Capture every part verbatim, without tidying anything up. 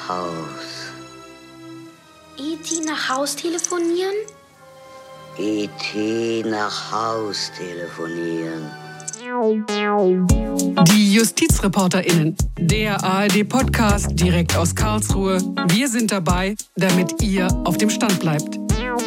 Haus. E T nach Haus telefonieren? E T nach Haus telefonieren. Die JustizreporterInnen, der A R D-Podcast direkt aus Karlsruhe. Wir sind dabei, damit ihr auf dem Stand bleibt.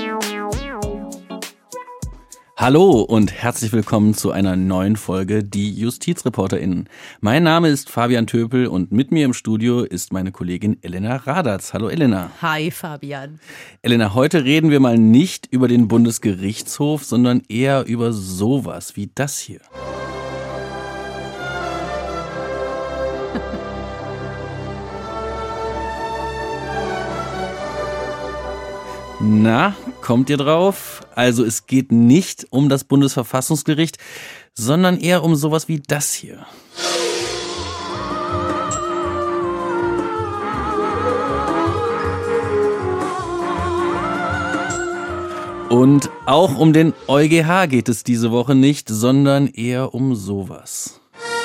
Hallo und herzlich willkommen zu einer neuen Folge Die JustizreporterInnen. Mein Name ist Fabian Töpel und mit mir im Studio ist meine Kollegin Elena Radatz. Hallo Elena. Hi Fabian. Elena, heute reden wir mal nicht über den Bundesgerichtshof, sondern eher über sowas wie das hier. Na, kommt ihr drauf? Also es geht nicht um das Bundesverfassungsgericht, sondern eher um sowas wie das hier. Und auch um den EuGH geht es diese Woche nicht, sondern eher um sowas.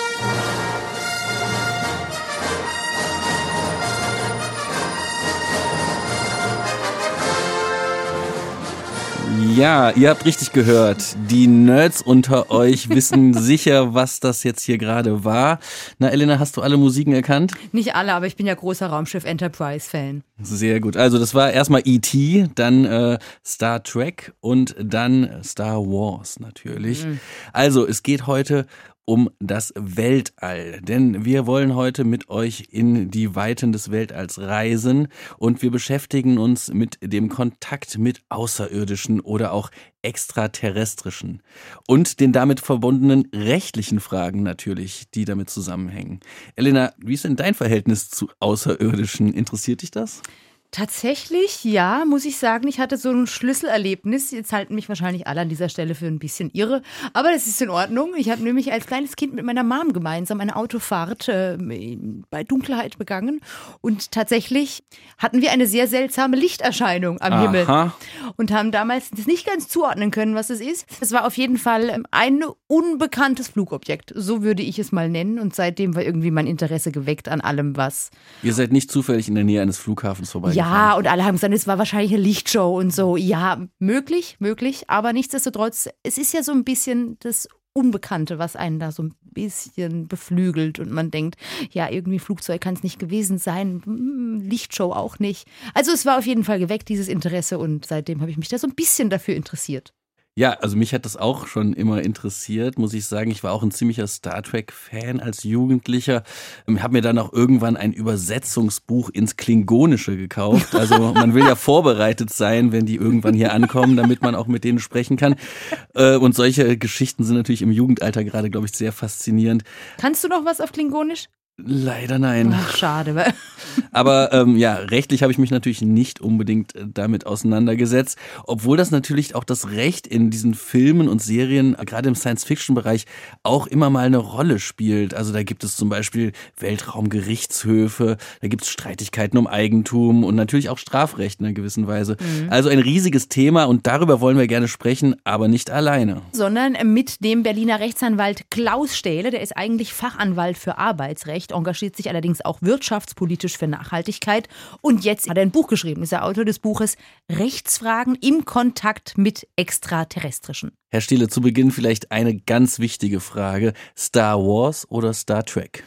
Ja, ihr habt richtig gehört. Die Nerds unter euch wissen sicher, was das jetzt hier gerade war. Na, Elena, hast du alle Musiken erkannt? Nicht alle, aber ich bin ja großer Raumschiff Enterprise-Fan. Sehr gut. Also das war erstmal E T, dann äh, Star Trek und dann Star Wars natürlich. Mhm. Also es geht heute um das Weltall, denn wir wollen heute mit euch in die Weiten des Weltalls reisen und wir beschäftigen uns mit dem Kontakt mit Außerirdischen oder auch Extraterrestrischen und den damit verbundenen rechtlichen Fragen natürlich, die damit zusammenhängen. Elena, wie ist denn dein Verhältnis zu Außerirdischen? Interessiert dich das? Tatsächlich, ja, muss ich sagen, ich hatte so ein Schlüsselerlebnis. Jetzt halten mich wahrscheinlich alle an dieser Stelle für ein bisschen irre, aber das ist in Ordnung. Ich habe nämlich als kleines Kind mit meiner Mom gemeinsam eine Autofahrt äh, bei Dunkelheit begangen und tatsächlich hatten wir eine sehr seltsame Lichterscheinung am Aha. Himmel und haben damals das nicht ganz zuordnen können, was es ist. Es war auf jeden Fall ein unbekanntes Flugobjekt, so würde ich es mal nennen, und seitdem war irgendwie mein Interesse geweckt an allem, was... Ihr seid nicht zufällig in der Nähe eines Flughafens vorbeigefahren? Ja, und alle haben gesagt, es war wahrscheinlich eine Lichtshow und so. Ja, möglich, möglich. Aber nichtsdestotrotz, es ist ja so ein bisschen das Unbekannte, was einen da so ein bisschen beflügelt. Und man denkt, ja, irgendwie Flugzeug kann es nicht gewesen sein. Lichtshow auch nicht. Also es war auf jeden Fall geweckt, dieses Interesse. Und seitdem habe ich mich da so ein bisschen dafür interessiert. Ja, also mich hat das auch schon immer interessiert, muss ich sagen. Ich war auch ein ziemlicher Star Trek-Fan als Jugendlicher. Ich habe mir dann auch irgendwann ein Übersetzungsbuch ins Klingonische gekauft. Also man will ja vorbereitet sein, wenn die irgendwann hier ankommen, damit man auch mit denen sprechen kann. Und solche Geschichten sind natürlich im Jugendalter gerade, glaube ich, sehr faszinierend. Kannst du noch was auf Klingonisch? Leider nein. Ach, schade. Aber ähm, ja, rechtlich habe ich mich natürlich nicht unbedingt damit auseinandergesetzt, obwohl das natürlich auch das Recht in diesen Filmen und Serien, gerade im Science-Fiction-Bereich, auch immer mal eine Rolle spielt. Also da gibt es zum Beispiel Weltraumgerichtshöfe, da gibt es Streitigkeiten um Eigentum und natürlich auch Strafrecht in einer gewissen Weise. Mhm. Also ein riesiges Thema und darüber wollen wir gerne sprechen, aber nicht alleine. Sondern mit dem Berliner Rechtsanwalt Klaus Stähle, der ist eigentlich Fachanwalt für Arbeitsrecht, engagiert sich allerdings auch wirtschaftspolitisch für Nachhaltigkeit und jetzt hat er ein Buch geschrieben, ist der Autor des Buches Rechtsfragen im Kontakt mit Extraterrestrischen. Herr Stähle, zu Beginn vielleicht eine ganz wichtige Frage. Star Wars oder Star Trek?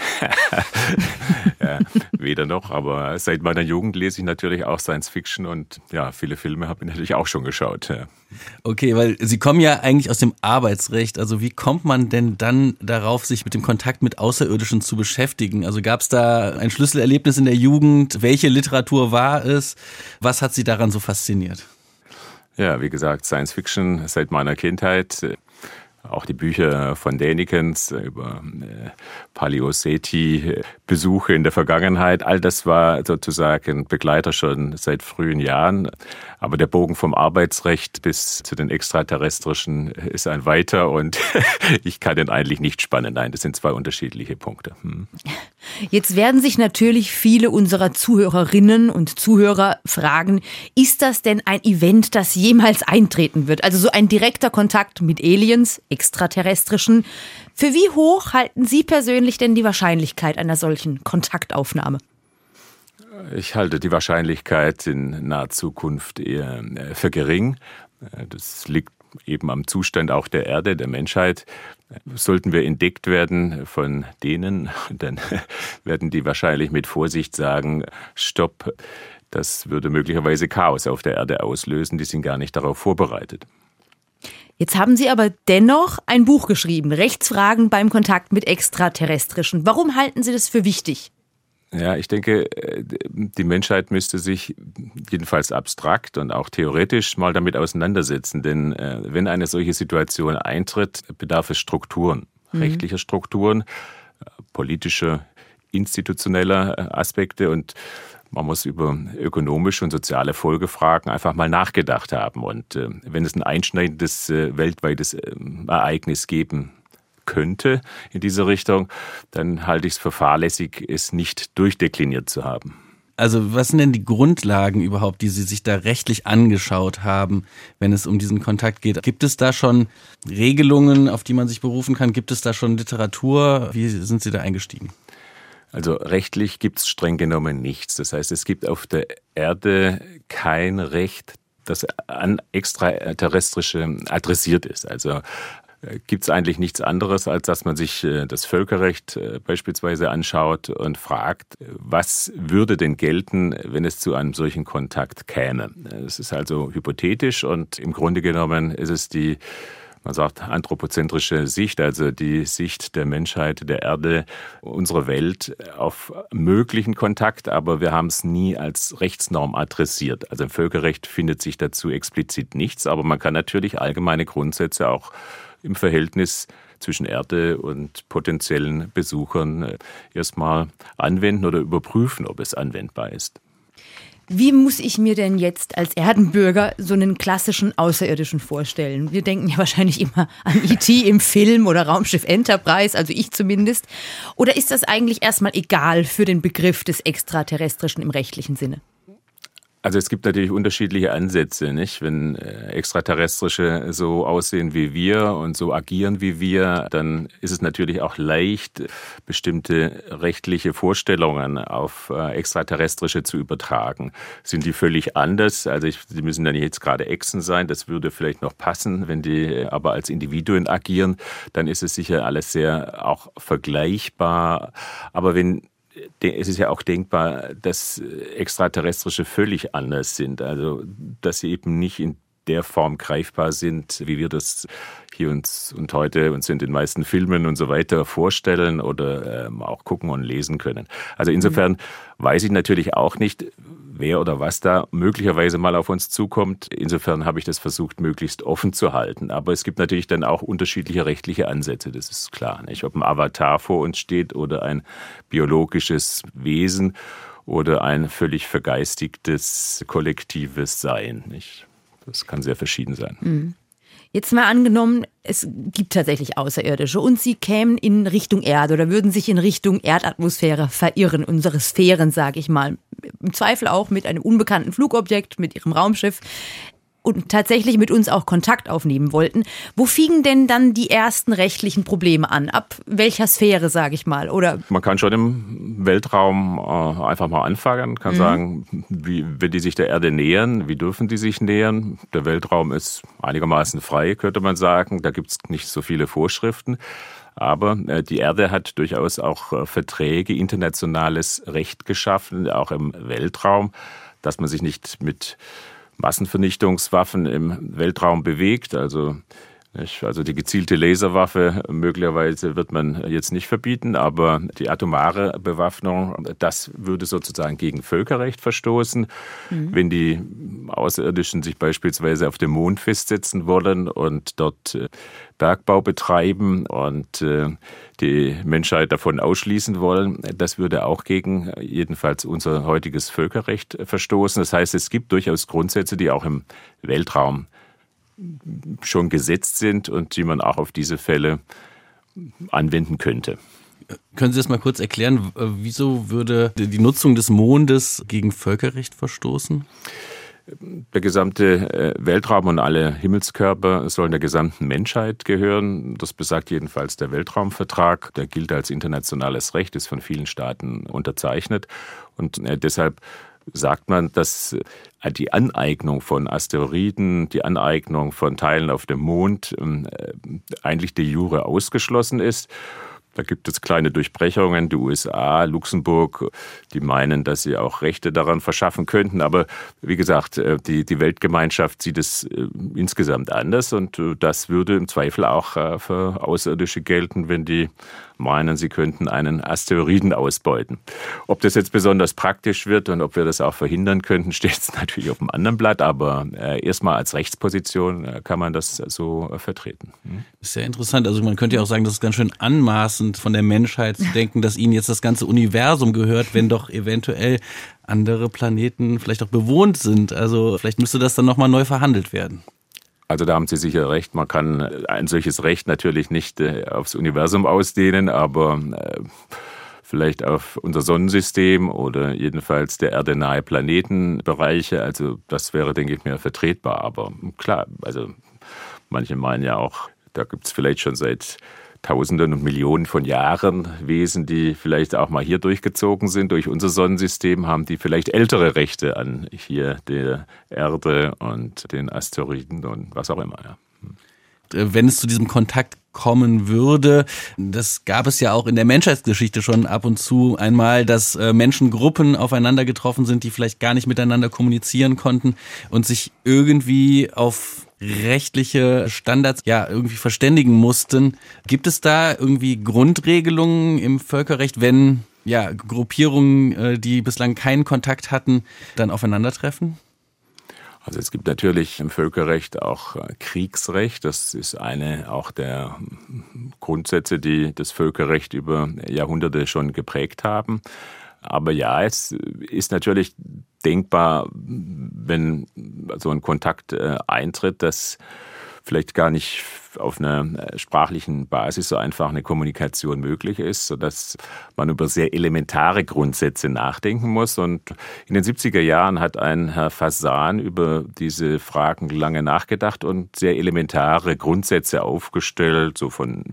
Ja, weder noch, aber seit meiner Jugend lese ich natürlich auch Science Fiction und ja, viele Filme habe ich natürlich auch schon geschaut. Ja. Okay, weil Sie kommen ja eigentlich aus dem Arbeitsrecht, also wie kommt man denn dann darauf, sich mit dem Kontakt mit Außerirdischen zu beschäftigen? Also gab es da ein Schlüsselerlebnis in der Jugend? Welche Literatur war es? Was hat Sie daran so fasziniert? Ja, wie gesagt, Science Fiction seit meiner Kindheit. Auch die Bücher von Dänikens über äh, Paleoseti-Besuche in der Vergangenheit, all das war sozusagen Begleiter schon seit frühen Jahren. Aber der Bogen vom Arbeitsrecht bis zu den Extraterrestrischen ist ein weiter und ich kann den eigentlich nicht spannen. Nein, das sind zwei unterschiedliche Punkte. Hm. Jetzt werden sich natürlich viele unserer Zuhörerinnen und Zuhörer fragen, ist das denn ein Event, das jemals eintreten wird? Also so ein direkter Kontakt mit Aliens, Extraterrestrischen. Für wie hoch halten Sie persönlich denn die Wahrscheinlichkeit einer solchen Kontaktaufnahme? Ich halte die Wahrscheinlichkeit in naher Zukunft eher für gering. Das liegt eben am Zustand auch der Erde, der Menschheit. Sollten wir entdeckt werden von denen, dann werden die wahrscheinlich mit Vorsicht sagen, stopp, das würde möglicherweise Chaos auf der Erde auslösen. Die sind gar nicht darauf vorbereitet. Jetzt haben Sie aber dennoch ein Buch geschrieben, Rechtsfragen beim Kontakt mit Extraterrestrischen. Warum halten Sie das für wichtig? Ja, ich denke, die Menschheit müsste sich jedenfalls abstrakt und auch theoretisch mal damit auseinandersetzen. Denn äh, wenn eine solche Situation eintritt, bedarf es Strukturen, mhm. rechtlicher Strukturen, politische, institutioneller Aspekte, und man muss über ökonomische und soziale Folgefragen einfach mal nachgedacht haben. Und äh, wenn es ein einschneidendes äh, weltweites äh, Ereignis geben könnte in diese Richtung, dann halte ich es für fahrlässig, es nicht durchdekliniert zu haben. Also was sind denn die Grundlagen überhaupt, die Sie sich da rechtlich angeschaut haben, wenn es um diesen Kontakt geht? Gibt es da schon Regelungen, auf die man sich berufen kann? Gibt es da schon Literatur? Wie sind Sie da eingestiegen? Also rechtlich gibt es streng genommen nichts. Das heißt, es gibt auf der Erde kein Recht, das an Extraterrestrische adressiert ist. Also gibt es eigentlich nichts anderes, als dass man sich das Völkerrecht beispielsweise anschaut und fragt, was würde denn gelten, wenn es zu einem solchen Kontakt käme. Es ist also hypothetisch und im Grunde genommen ist es die, man sagt, anthropozentrische Sicht, also die Sicht der Menschheit, der Erde, unserer Welt auf möglichen Kontakt, aber wir haben es nie als Rechtsnorm adressiert. Also im Völkerrecht findet sich dazu explizit nichts, aber man kann natürlich allgemeine Grundsätze auch im Verhältnis zwischen Erde und potenziellen Besuchern erstmal anwenden oder überprüfen, ob es anwendbar ist. Wie muss ich mir denn jetzt als Erdenbürger so einen klassischen Außerirdischen vorstellen? Wir denken ja wahrscheinlich immer an E T im Film oder Raumschiff Enterprise, also ich zumindest. Oder ist das eigentlich erstmal egal für den Begriff des Extraterrestrischen im rechtlichen Sinne? Also es gibt natürlich unterschiedliche Ansätze, nicht? Wenn Extraterrestrische so aussehen wie wir und so agieren wie wir, dann ist es natürlich auch leicht, bestimmte rechtliche Vorstellungen auf Extraterrestrische zu übertragen. Sind die völlig anders? Also ich, die müssen ja nicht jetzt gerade Echsen sein, das würde vielleicht noch passen. Wenn die aber als Individuen agieren, dann ist es sicher alles sehr auch vergleichbar. Aber wenn es ist ja auch denkbar, dass Extraterrestrische völlig anders sind. Also, dass sie eben nicht in der Form greifbar sind, wie wir das hier uns und heute uns in den meisten Filmen und so weiter vorstellen oder ähm, auch gucken und lesen können. Also insofern mhm. weiß ich natürlich auch nicht, wer oder was da möglicherweise mal auf uns zukommt. Insofern habe ich das versucht, möglichst offen zu halten. Aber es gibt natürlich dann auch unterschiedliche rechtliche Ansätze, das ist klar, nicht? Ob ein Avatar vor uns steht oder ein biologisches Wesen oder ein völlig vergeistigtes, kollektives Sein, nicht? Das kann sehr verschieden sein. Mhm. Jetzt mal angenommen, es gibt tatsächlich Außerirdische und sie kämen in Richtung Erde oder würden sich in Richtung Erdatmosphäre verirren, unsere Sphären, sage ich mal. Im Zweifel auch mit einem unbekannten Flugobjekt, mit ihrem Raumschiff und tatsächlich mit uns auch Kontakt aufnehmen wollten. Wo fingen denn dann die ersten rechtlichen Probleme an? Ab welcher Sphäre, sage ich mal? Oder man kann schon im Weltraum äh, einfach mal anfangen, kann mhm. sagen, wie, wenn die sich der Erde nähern, wie dürfen die sich nähern? Der Weltraum ist einigermaßen frei, könnte man sagen. Da gibt es nicht so viele Vorschriften. Aber äh, die Erde hat durchaus auch äh, Verträge, internationales Recht geschaffen, auch im Weltraum, dass man sich nicht mit Massenvernichtungswaffen im Weltraum bewegt. Also, also die gezielte Laserwaffe möglicherweise wird man jetzt nicht verbieten, aber die atomare Bewaffnung, das würde sozusagen gegen Völkerrecht verstoßen. Mhm. Wenn die Außerirdischen sich beispielsweise auf dem Mond festsetzen wollen und dort Bergbau betreiben und die Menschheit davon ausschließen wollen, das würde auch gegen jedenfalls unser heutiges Völkerrecht verstoßen. Das heißt, es gibt durchaus Grundsätze, die auch im Weltraum schon gesetzt sind und die man auch auf diese Fälle anwenden könnte. Können Sie das mal kurz erklären, wieso würde die Nutzung des Mondes gegen Völkerrecht verstoßen? Der gesamte Weltraum und alle Himmelskörper sollen der gesamten Menschheit gehören. Das besagt jedenfalls der Weltraumvertrag. Der gilt als internationales Recht, ist von vielen Staaten unterzeichnet. Und äh, deshalb sagt man, dass die Aneignung von Asteroiden, die Aneignung von Teilen auf dem Mond äh, eigentlich de jure ausgeschlossen ist. Da gibt es kleine Durchbrechungen, die U S A, Luxemburg, die meinen, dass sie auch Rechte daran verschaffen könnten. Aber wie gesagt, die, die Weltgemeinschaft sieht es äh, insgesamt anders und äh, das würde im Zweifel auch äh, für Außerirdische gelten, wenn die meinen, sie könnten einen Asteroiden ausbeuten. Ob das jetzt besonders praktisch wird und ob wir das auch verhindern könnten, steht jetzt natürlich auf dem anderen Blatt, aber äh, erstmal als Rechtsposition äh, kann man das so äh, vertreten. Hm? Das ist sehr interessant. Also man könnte ja auch sagen, das ist ganz schön anmaßend von der Menschheit zu denken, dass ihnen jetzt das ganze Universum gehört, wenn doch eventuell andere Planeten vielleicht auch bewohnt sind. Also vielleicht müsste das dann nochmal neu verhandelt werden. Also da haben Sie sicher recht. Man kann ein solches Recht natürlich nicht äh, aufs Universum ausdehnen, aber äh, vielleicht auf unser Sonnensystem oder jedenfalls der Erde nahe Planetenbereiche. Also das wäre, denke ich mir, vertretbar. Aber klar, also manche meinen ja auch, da gibt es vielleicht schon seit Tausenden und Millionen von Jahren Wesen, die vielleicht auch mal hier durchgezogen sind, durch unser Sonnensystem, haben die vielleicht ältere Rechte an hier der Erde und den Asteroiden und was auch immer. Ja. Wenn es zu diesem Kontakt kommen würde, das gab es ja auch in der Menschheitsgeschichte schon ab und zu einmal, dass Menschengruppen aufeinander getroffen sind, die vielleicht gar nicht miteinander kommunizieren konnten und sich irgendwie auf rechtliche Standards ja irgendwie verständigen mussten. Gibt es da irgendwie Grundregelungen im Völkerrecht, wenn ja Gruppierungen, die bislang keinen Kontakt hatten, dann aufeinandertreffen? Also es gibt natürlich im Völkerrecht auch Kriegsrecht. Das ist eine auch der Grundsätze, die das Völkerrecht über Jahrhunderte schon geprägt haben. Aber ja, es ist natürlich denkbar, wenn so ein Kontakt äh, eintritt, dass vielleicht gar nicht auf einer sprachlichen Basis so einfach eine Kommunikation möglich ist, sodass man über sehr elementare Grundsätze nachdenken muss. Und in den siebziger Jahren hat ein Herr Fasan über diese Fragen lange nachgedacht und sehr elementare Grundsätze aufgestellt, so von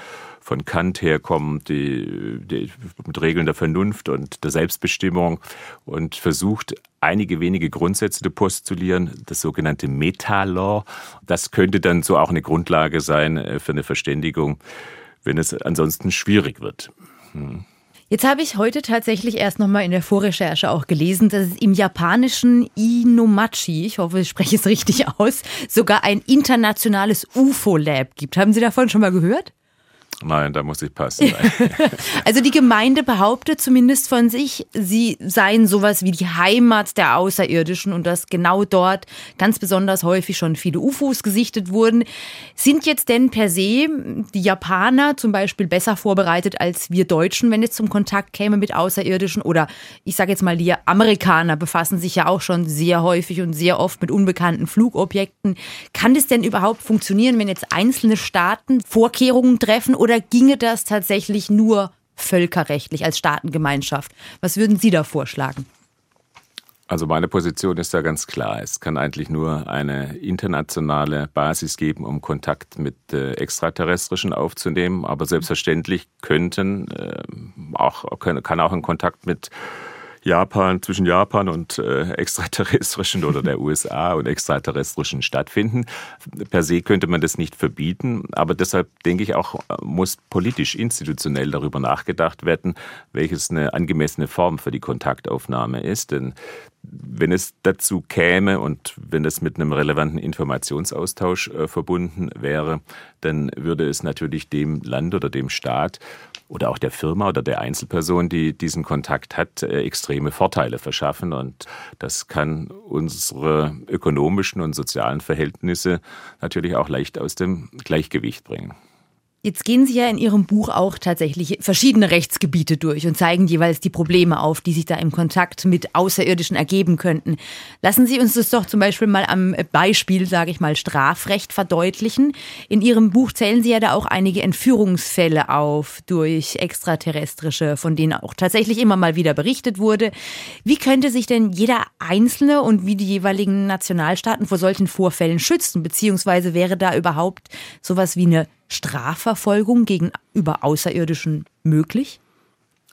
von Kant herkommt, die, die mit Regeln der Vernunft und der Selbstbestimmung und versucht, einige wenige Grundsätze zu postulieren, das sogenannte Meta-Law. Das könnte dann so auch eine Grundlage sein für eine Verständigung, wenn es ansonsten schwierig wird. Hm. Jetzt habe ich heute tatsächlich erst nochmal in der Vorrecherche auch gelesen, dass es im japanischen Inomachi, ich hoffe, ich spreche es richtig aus, sogar ein internationales U F O-Lab gibt. Haben Sie davon schon mal gehört? Nein, da muss ich passen. Also die Gemeinde behauptet zumindest von sich, sie seien sowas wie die Heimat der Außerirdischen und dass genau dort ganz besonders häufig schon viele U F Os gesichtet wurden. Sind jetzt denn per se die Japaner zum Beispiel besser vorbereitet als wir Deutschen, wenn es zum Kontakt käme mit Außerirdischen? Oder ich sage jetzt mal, die Amerikaner befassen sich ja auch schon sehr häufig und sehr oft mit unbekannten Flugobjekten. Kann das denn überhaupt funktionieren, wenn jetzt einzelne Staaten Vorkehrungen treffen? Oder ginge das tatsächlich nur völkerrechtlich als Staatengemeinschaft? Was würden Sie da vorschlagen? Also meine Position ist da ganz klar. Es kann eigentlich nur eine internationale Basis geben, um Kontakt mit äh, Extraterrestrischen aufzunehmen. Aber selbstverständlich könnten äh, auch können, kann auch ein Kontakt mit Japan, zwischen Japan und äh, Extraterrestrischen oder der U S A und Extraterrestrischen stattfinden. Per se könnte man das nicht verbieten, aber deshalb denke ich auch, muss politisch, institutionell darüber nachgedacht werden, welches eine angemessene Form für die Kontaktaufnahme ist. Denn wenn es dazu käme und wenn es mit einem relevanten Informationsaustausch äh, verbunden wäre, dann würde es natürlich dem Land oder dem Staat oder auch der Firma oder der Einzelperson, die diesen Kontakt hat, äh, extreme Vorteile verschaffen. Und das kann unsere ökonomischen und sozialen Verhältnisse natürlich auch leicht aus dem Gleichgewicht bringen. Jetzt gehen Sie ja in Ihrem Buch auch tatsächlich verschiedene Rechtsgebiete durch und zeigen jeweils die Probleme auf, die sich da im Kontakt mit Außerirdischen ergeben könnten. Lassen Sie uns das doch zum Beispiel mal am Beispiel, sage ich mal, Strafrecht verdeutlichen. In Ihrem Buch zählen Sie ja da auch einige Entführungsfälle auf durch Extraterrestrische, von denen auch tatsächlich immer mal wieder berichtet wurde. Wie könnte sich denn jeder Einzelne und wie die jeweiligen Nationalstaaten vor solchen Vorfällen schützen? Beziehungsweise wäre da überhaupt sowas wie eine Strafverfolgung gegenüber Außerirdischen möglich?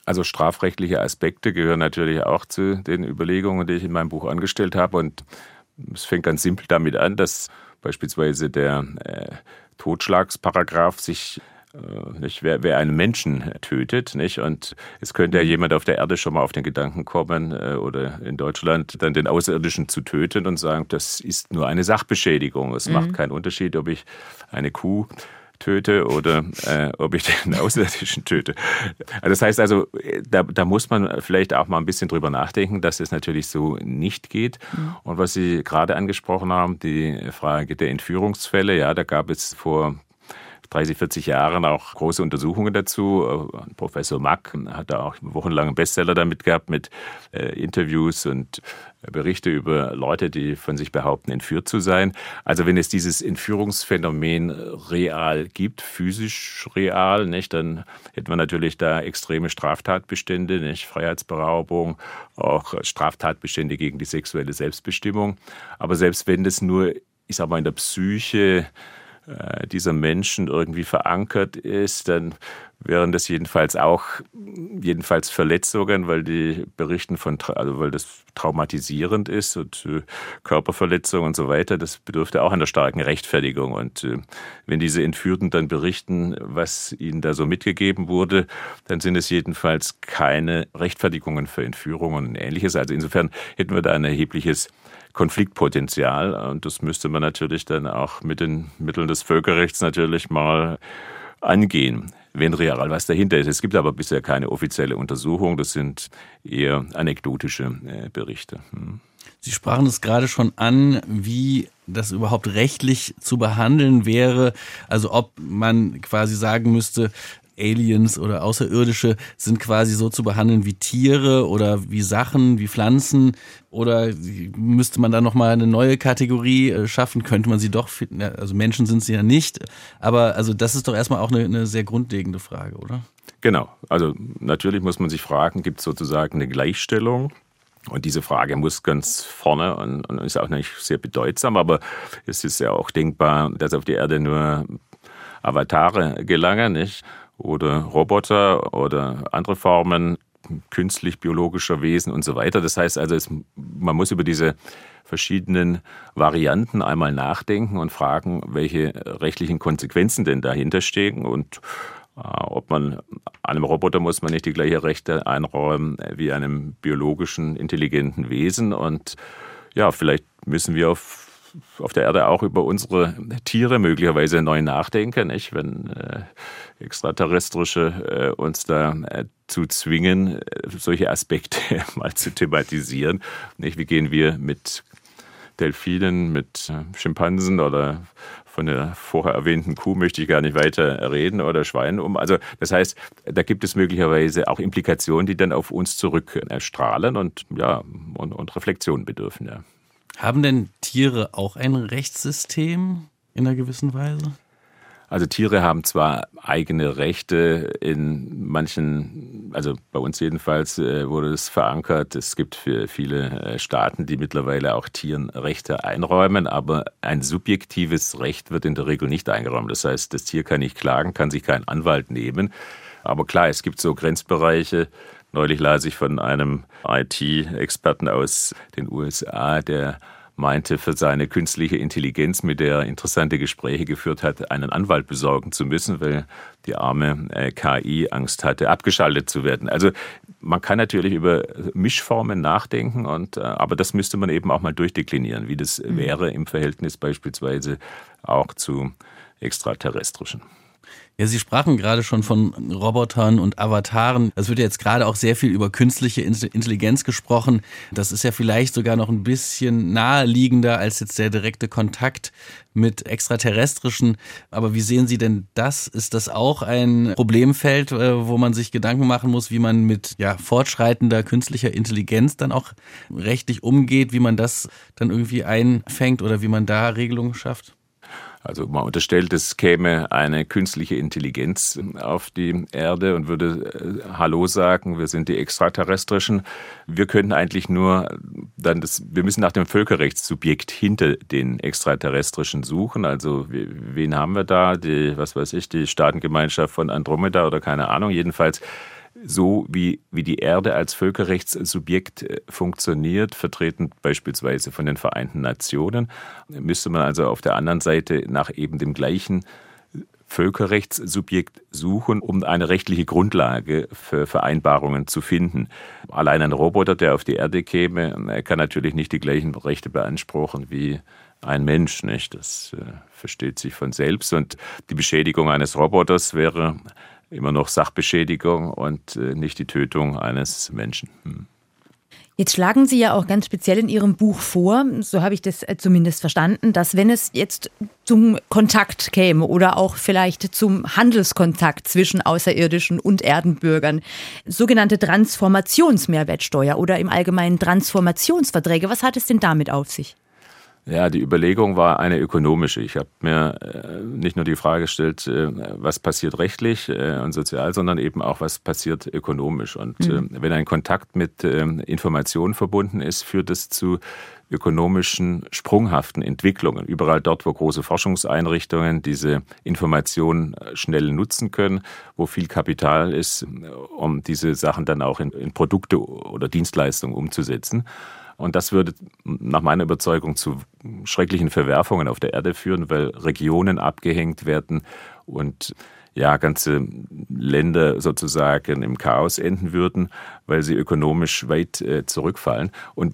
Also strafrechtliche Aspekte gehören natürlich auch zu den Überlegungen, die ich in meinem Buch angestellt habe. Und es fängt ganz simpel damit an, dass beispielsweise der äh, Totschlagsparagraph sich äh, nicht, wer, wer einen Menschen tötet, nicht? Und es könnte ja jemand auf der Erde schon mal auf den Gedanken kommen äh, oder in Deutschland dann den Außerirdischen zu töten und sagen, das ist nur eine Sachbeschädigung. Es mhm. macht keinen Unterschied, ob ich eine Kuh töte oder äh, ob ich den Außerirdischen töte. Das heißt also, da, da muss man vielleicht auch mal ein bisschen drüber nachdenken, dass es natürlich so nicht geht. Mhm. Und was Sie gerade angesprochen haben, die Frage der Entführungsfälle, ja, da gab es vor dreißig, vierzig Jahren auch große Untersuchungen dazu. Professor Mack hat da auch wochenlang einen Bestseller damit gehabt mit äh, Interviews und Berichte über Leute, die von sich behaupten, entführt zu sein. Also wenn es dieses Entführungsphänomen real gibt, physisch real, nicht, dann hätten wir natürlich da extreme Straftatbestände, nicht, Freiheitsberaubung, auch Straftatbestände gegen die sexuelle Selbstbestimmung. Aber selbst wenn das nur, ich sag mal, in der Psyche dieser Menschen irgendwie verankert ist, dann wären das jedenfalls auch jedenfalls Verletzungen, weil die berichten von, also weil das traumatisierend ist und äh, Körperverletzungen und so weiter. Das bedürfte auch einer starken Rechtfertigung. Und äh, wenn diese Entführten dann berichten, was ihnen da so mitgegeben wurde, dann sind es jedenfalls keine Rechtfertigungen für Entführungen und Ähnliches. Also insofern hätten wir da ein erhebliches Konfliktpotenzial und das müsste man natürlich dann auch mit den Mitteln des Völkerrechts natürlich mal angehen, wenn real was dahinter ist. Es gibt aber bisher keine offizielle Untersuchung, das sind eher anekdotische Berichte. Hm. Sie sprachen es gerade schon an, wie das überhaupt rechtlich zu behandeln wäre, also ob man quasi sagen müsste, Aliens oder Außerirdische sind quasi so zu behandeln wie Tiere oder wie Sachen, wie Pflanzen, oder müsste man da nochmal eine neue Kategorie schaffen? Könnte man sie doch, also Menschen sind sie ja nicht, aber also das ist doch erstmal auch eine, eine sehr grundlegende Frage, oder? Genau, also natürlich muss man sich fragen, gibt es sozusagen eine Gleichstellung? Und diese Frage muss ganz vorne und, und ist auch nicht sehr bedeutsam, aber es ist ja auch denkbar, dass auf die Erde nur Avatare gelangen, nicht? Oder Roboter oder andere Formen künstlich-biologischer Wesen und so weiter. Das heißt also, es, man muss über diese verschiedenen Varianten einmal nachdenken und fragen, welche rechtlichen Konsequenzen denn dahinter stehen und äh, ob man einem Roboter muss man nicht die gleichen Rechte einräumen wie einem biologischen, intelligenten Wesen. Und ja, vielleicht müssen wir auf auf der Erde auch über unsere Tiere möglicherweise neu nachdenken, nicht? Wenn äh, Extraterrestrische äh, uns dazu äh, zwingen, äh, solche Aspekte mal zu thematisieren. Nicht? Wie gehen wir mit Delfinen, mit äh, Schimpansen oder von der vorher erwähnten Kuh möchte ich gar nicht weiter reden oder Schweinen um. Also das heißt, da gibt es möglicherweise auch Implikationen, die dann auf uns zurückstrahlen und, ja, und, und Reflexion bedürfen, ja. Haben denn Tiere auch ein Rechtssystem in einer gewissen Weise? Also Tiere haben zwar eigene Rechte in manchen, also bei uns jedenfalls wurde es verankert. Es gibt für viele Staaten, die mittlerweile auch Tieren Rechte einräumen, aber ein subjektives Recht wird in der Regel nicht eingeräumt. Das heißt, das Tier kann nicht klagen, kann sich keinen Anwalt nehmen. Aber klar, es gibt so Grenzbereiche. Neulich las ich von einem I T-Experten aus den U S A, der meinte, für seine künstliche Intelligenz, mit der er interessante Gespräche geführt hat, einen Anwalt besorgen zu müssen, weil die arme K I Angst hatte, abgeschaltet zu werden. Also man kann natürlich über Mischformen nachdenken, und, aber das müsste man eben auch mal durchdeklinieren, wie das mhm. wäre im Verhältnis beispielsweise auch zu Extraterrestrischen. Ja, Sie sprachen gerade schon von Robotern und Avataren. Es wird ja jetzt gerade auch sehr viel über künstliche Intelligenz gesprochen. Das ist ja vielleicht sogar noch ein bisschen naheliegender als jetzt der direkte Kontakt mit Extraterrestrischen. Aber wie sehen Sie denn das? Ist das auch ein Problemfeld, wo man sich Gedanken machen muss, wie man mit ja, fortschreitender künstlicher Intelligenz dann auch rechtlich umgeht, wie man das dann irgendwie einfängt oder wie man da Regelungen schafft? Also man unterstellt, es käme eine künstliche Intelligenz auf die Erde und würde äh, Hallo sagen, wir sind die Extraterrestrischen. Wir könnten eigentlich nur dann das, wir müssen nach dem Völkerrechtssubjekt hinter den Extraterrestrischen suchen. Also wen haben wir da? Die, was weiß ich, die Staatengemeinschaft von Andromeda oder keine Ahnung. Jedenfalls so wie, wie die Erde als Völkerrechtssubjekt funktioniert, vertreten beispielsweise von den Vereinten Nationen, müsste man also auf der anderen Seite nach eben dem gleichen Völkerrechtssubjekt suchen, um eine rechtliche Grundlage für Vereinbarungen zu finden. Allein ein Roboter, der auf die Erde käme, kann natürlich nicht die gleichen Rechte beanspruchen wie ein Mensch, nicht? Das äh, versteht sich von selbst. Und die Beschädigung eines Roboters wäre immer noch Sachbeschädigung und äh, nicht die Tötung eines Menschen. Hm. Jetzt schlagen Sie ja auch ganz speziell in Ihrem Buch vor, so habe ich das zumindest verstanden, dass wenn es jetzt zum Kontakt käme oder auch vielleicht zum Handelskontakt zwischen Außerirdischen und Erdenbürgern, sogenannte Transformationsmehrwertsteuer oder im Allgemeinen Transformationsverträge, was hat es denn damit auf sich? Ja, die Überlegung war eine ökonomische. Ich habe mir äh, nicht nur die Frage gestellt, äh, was passiert rechtlich äh, und sozial, sondern eben auch, was passiert ökonomisch. Und mhm. äh, wenn ein Kontakt mit äh, Informationen verbunden ist, führt es zu ökonomischen, sprunghaften Entwicklungen. Überall dort, wo große Forschungseinrichtungen diese Informationen schnell nutzen können, wo viel Kapital ist, um diese Sachen dann auch in, in Produkte oder Dienstleistungen umzusetzen. Und das würde nach meiner Überzeugung zu schrecklichen Verwerfungen auf der Erde führen, weil Regionen abgehängt werden und ja, ganze Länder sozusagen im Chaos enden würden, weil sie ökonomisch weit äh, zurückfallen. Und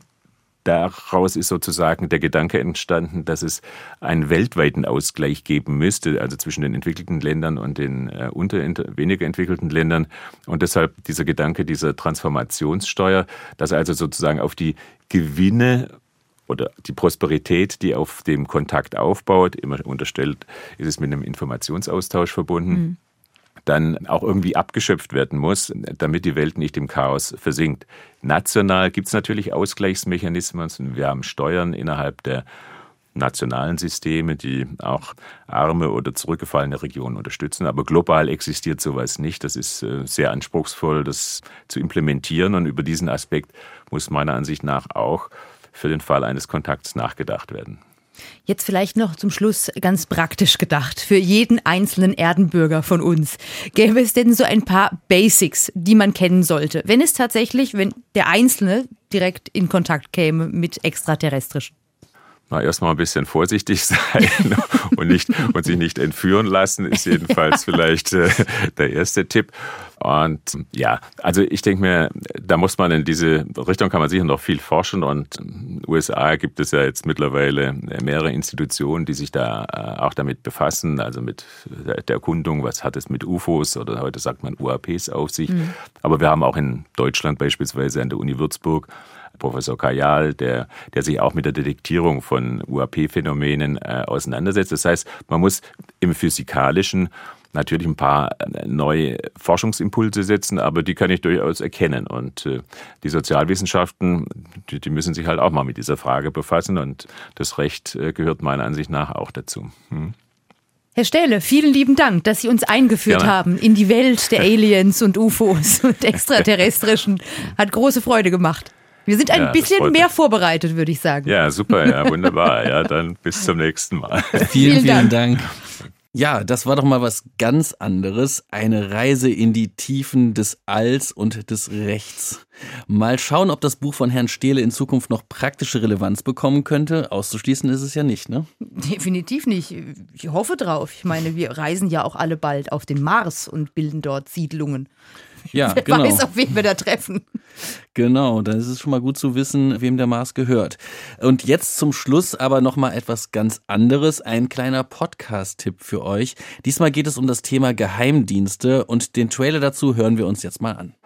daraus ist sozusagen der Gedanke entstanden, dass es einen weltweiten Ausgleich geben müsste, also zwischen den entwickelten Ländern und den äh, unter, weniger entwickelten Ländern. Und deshalb dieser Gedanke dieser Transformationssteuer, dass also sozusagen auf die Gewinne oder die Prosperität, die auf dem Kontakt aufbaut, immer unterstellt, ist es mit einem Informationsaustausch verbunden, mhm. dann auch irgendwie abgeschöpft werden muss, damit die Welt nicht im Chaos versinkt. National gibt es natürlich Ausgleichsmechanismen. Wir haben Steuern innerhalb der nationalen Systeme, die auch arme oder zurückgefallene Regionen unterstützen. Aber global existiert sowas nicht. Das ist sehr anspruchsvoll, das zu implementieren. Und über diesen Aspekt muss meiner Ansicht nach auch für den Fall eines Kontakts nachgedacht werden. Jetzt vielleicht noch zum Schluss ganz praktisch gedacht, für jeden einzelnen Erdenbürger von uns. Gäbe es denn so ein paar Basics, die man kennen sollte, wenn es tatsächlich, wenn der Einzelne direkt in Kontakt käme mit Extraterrestrischen? Na, erstmal ein bisschen vorsichtig sein und, nicht, und sich nicht entführen lassen, ist jedenfalls vielleicht äh, der erste Tipp. Und ja, also ich denke mir, da muss man in diese Richtung, kann man sicher noch viel forschen. Und in den U S A gibt es ja jetzt mittlerweile mehrere Institutionen, die sich da äh, auch damit befassen, also mit der Erkundung, was hat es mit U F Os oder heute sagt man U A Ps auf sich. Mhm. Aber wir haben auch in Deutschland beispielsweise an der Uni Würzburg Professor Kajal, der, der sich auch mit der Detektierung von U A P-Phänomenen äh, auseinandersetzt. Das heißt, man muss im Physikalischen natürlich ein paar neue Forschungsimpulse setzen, aber die kann ich durchaus erkennen. Und äh, die Sozialwissenschaften, die, die müssen sich halt auch mal mit dieser Frage befassen und das Recht äh, gehört meiner Ansicht nach auch dazu. Hm. Herr Stähle, vielen lieben Dank, dass Sie uns eingeführt Gerne. haben in die Welt der Aliens und U F Os und Extraterrestrischen. Hat große Freude gemacht. Wir sind ein ja, bisschen mehr vorbereitet, würde ich sagen. Ja, super, ja, wunderbar. Ja, dann bis zum nächsten Mal. Vielen, vielen, vielen Dank. Dank. Ja, das war doch mal was ganz anderes. Eine Reise in die Tiefen des Alls und des Rechts. Mal schauen, ob das Buch von Herrn Stähle in Zukunft noch praktische Relevanz bekommen könnte. Auszuschließen ist es ja nicht, ne? Definitiv nicht. Ich hoffe drauf. Ich meine, wir reisen ja auch alle bald auf den Mars und bilden dort Siedlungen. Ja, Wer genau. weiß, auf wen wir da treffen. Genau, dann ist es schon mal gut zu wissen, wem der Mars gehört. Und jetzt zum Schluss aber noch mal etwas ganz anderes, ein kleiner Podcast-Tipp für euch. Diesmal geht es um das Thema Geheimdienste und den Trailer dazu hören wir uns jetzt mal an.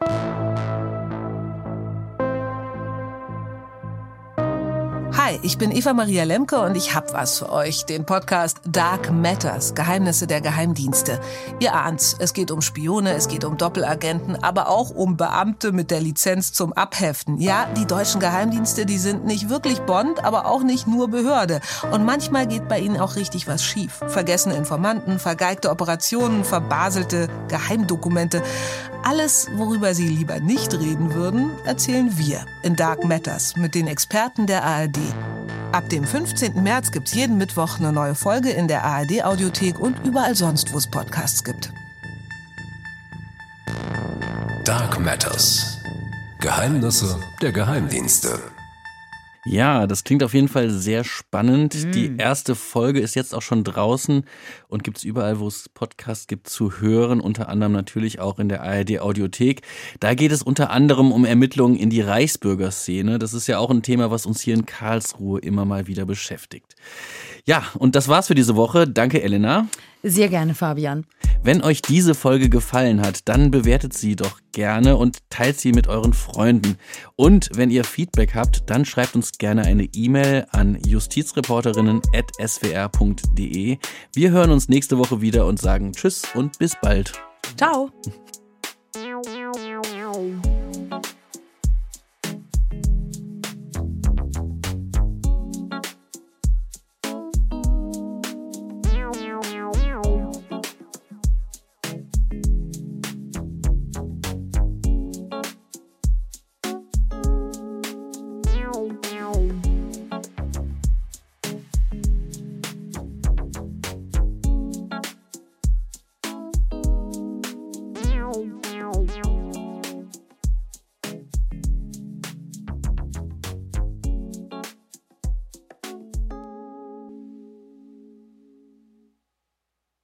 Hi, ich bin Eva Maria Lemke und ich hab was für euch, den Podcast Dark Matters, Geheimnisse der Geheimdienste. Ihr ahnt's, es geht um Spione, es geht um Doppelagenten, aber auch um Beamte mit der Lizenz zum Abheften. Ja, die deutschen Geheimdienste, die sind nicht wirklich Bond, aber auch nicht nur Behörde. Und manchmal geht bei ihnen auch richtig was schief. Vergessene Informanten, vergeigte Operationen, verbaselte Geheimdokumente. Alles, worüber Sie lieber nicht reden würden, erzählen wir in Dark Matters mit den Experten der A R D. Ab dem fünfzehnten März gibt's jeden Mittwoch eine neue Folge in der A R D-Audiothek und überall sonst, wo es Podcasts gibt. Dark Matters. Geheimnisse der Geheimdienste. Ja, das klingt auf jeden Fall sehr spannend. Mm. Die erste Folge ist jetzt auch schon draußen und gibt's überall, wo es Podcasts gibt, zu hören. Unter anderem natürlich auch in der A R D Audiothek. Da geht es unter anderem um Ermittlungen in die Reichsbürgerszene. Das ist ja auch ein Thema, was uns hier in Karlsruhe immer mal wieder beschäftigt. Ja, und das war's für diese Woche. Danke, Elena. Sehr gerne, Fabian. Wenn euch diese Folge gefallen hat, dann bewertet sie doch gerne und teilt sie mit euren Freunden. Und wenn ihr Feedback habt, dann schreibt uns gerne eine E-Mail an justizreporterinnen at s w r punkt d e. Wir hören uns nächste Woche wieder und sagen Tschüss und bis bald. Ciao.